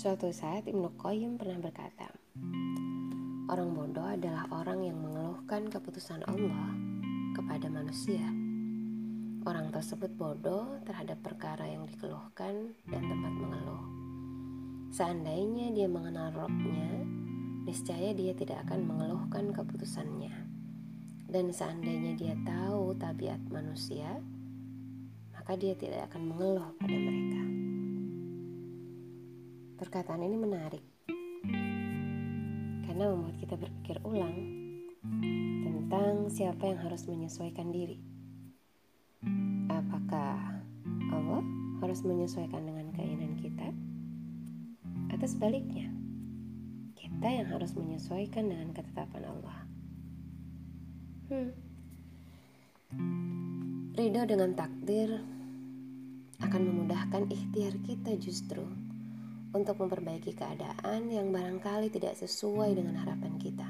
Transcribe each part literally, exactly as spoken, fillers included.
Suatu saat Ibnu Qayyim pernah berkata, orang bodoh adalah orang yang mengeluhkan keputusan Allah kepada manusia. Orang tersebut bodoh terhadap perkara yang dikeluhkan dan tempat mengeluh. Seandainya dia mengenal Rabb-nya, niscaya dia tidak akan mengeluhkan keputusannya. Dan seandainya dia tahu tabiat manusia, maka dia tidak akan mengeluh pada mereka. Perkataan ini menarik karena membuat kita berpikir ulang tentang siapa yang harus menyesuaikan diri. Apakah Allah harus menyesuaikan dengan keinginan kita? Atau sebaliknya, kita yang harus menyesuaikan dengan ketetapan Allah? Hmm. Ridho dengan takdir akan memudahkan ikhtiar kita justru untuk memperbaiki keadaan yang barangkali tidak sesuai dengan harapan kita.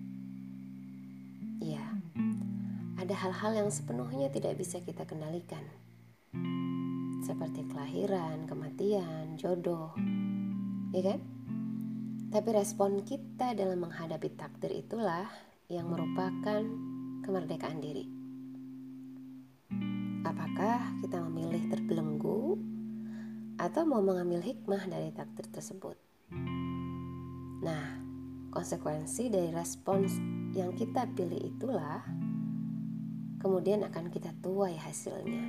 Ya, ada hal-hal yang sepenuhnya tidak bisa kita kendalikan, seperti kelahiran, kematian, jodoh, ya kan? Tapi respon kita dalam menghadapi takdir itulah yang merupakan kemerdekaan diri. Apakah kita memilih terbelenggu atau mau mengambil hikmah dari takdir tersebut? Nah, konsekuensi dari respons yang kita pilih itulah kemudian akan kita tuai hasilnya.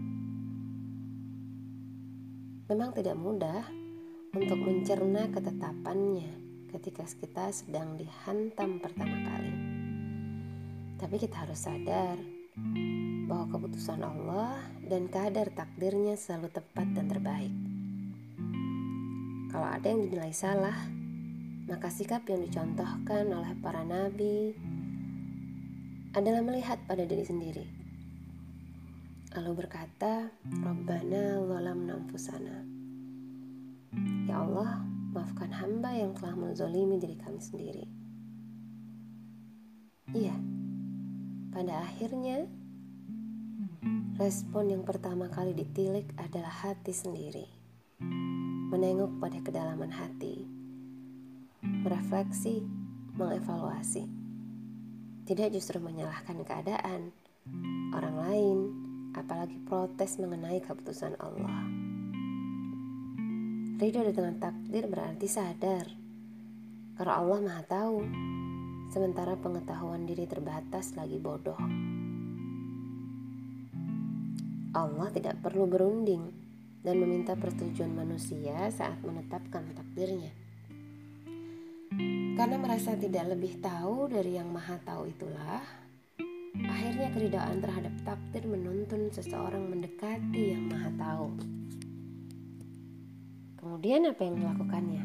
Memang tidak mudah untuk mencerna ketetapannya ketika kita sedang dihantam pertama kali. Tapi kita harus sadar bahwa keputusan Allah dan kadar takdirnya selalu tepat dan terbaik. Kalau ada yang dinilai salah, maka sikap yang dicontohkan oleh para nabi adalah melihat pada diri sendiri, lalu berkata, Rabbana zalamna anfusana. Ya Allah, maafkan hamba yang telah menzolimi diri kami sendiri. Iya, pada akhirnya respon yang pertama kali ditilik adalah hati sendiri. Menengok pada kedalaman hati, merefleksi, mengevaluasi. Tidak justru menyalahkan keadaan, orang lain, apalagi protes mengenai keputusan Allah. Ridho dengan takdir berarti sadar kalau Allah Maha Tahu, sementara pengetahuan diri terbatas lagi bodoh. Allah tidak perlu berunding dan meminta persetujuan manusia saat menetapkan takdirnya. Karena merasa tidak lebih tahu dari yang Maha Tahu itulah, akhirnya keridhaan terhadap takdir menuntun seseorang mendekati yang Maha Tahu. Kemudian apa yang dilakukannya?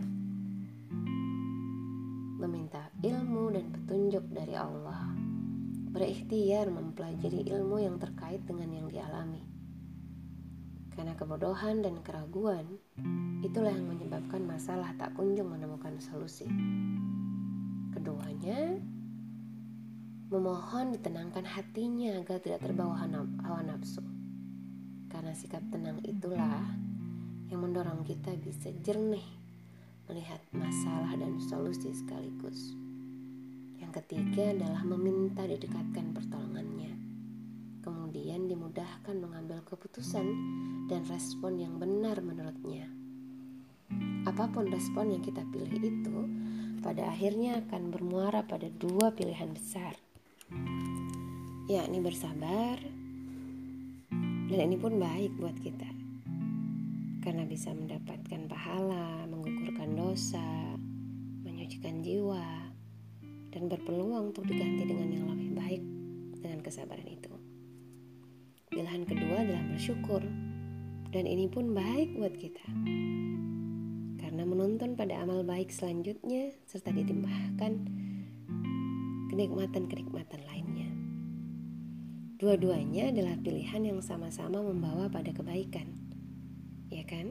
Meminta ilmu dan petunjuk dari Allah. Berikhtiar mempelajari ilmu yang terkait dengan yang dialami. Karena kebodohan dan keraguan, itulah yang menyebabkan masalah tak kunjung menemukan solusi. Keduanya, memohon ditenangkan hatinya agar tidak terbawa hawa nafsu. Karena sikap tenang itulah yang mendorong kita bisa jernih melihat masalah dan solusi sekaligus. Yang ketiga adalah meminta didekatkan pertolongannya. Kemudian dimudahkan mengambil keputusan dan respon yang benar menurutnya. Apapun respon yang kita pilih itu, pada akhirnya akan bermuara pada dua pilihan besar, yakni bersabar, dan ini pun baik buat kita, karena bisa mendapatkan pahala, menggugurkan dosa, menyucikan jiwa, dan berpeluang untuk diganti dengan yang lebih baik dengan kesabaran itu. Pilihan kedua adalah bersyukur, dan ini pun baik buat kita, karena menuntun pada amal baik selanjutnya serta ditambahkan kenikmatan-kenikmatan lainnya. Dua-duanya adalah pilihan yang sama-sama membawa pada kebaikan, ya kan?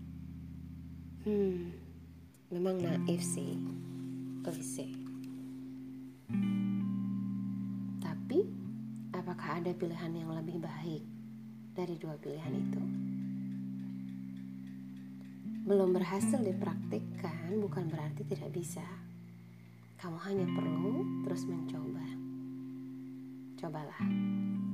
Hmm, memang naif sih, klise. Tapi, apakah ada pilihan yang lebih baik dari dua pilihan itu? belum berhasil dipraktikkan bukan berarti tidak bisa. Kamu hanya perlu terus mencoba. Cobalah.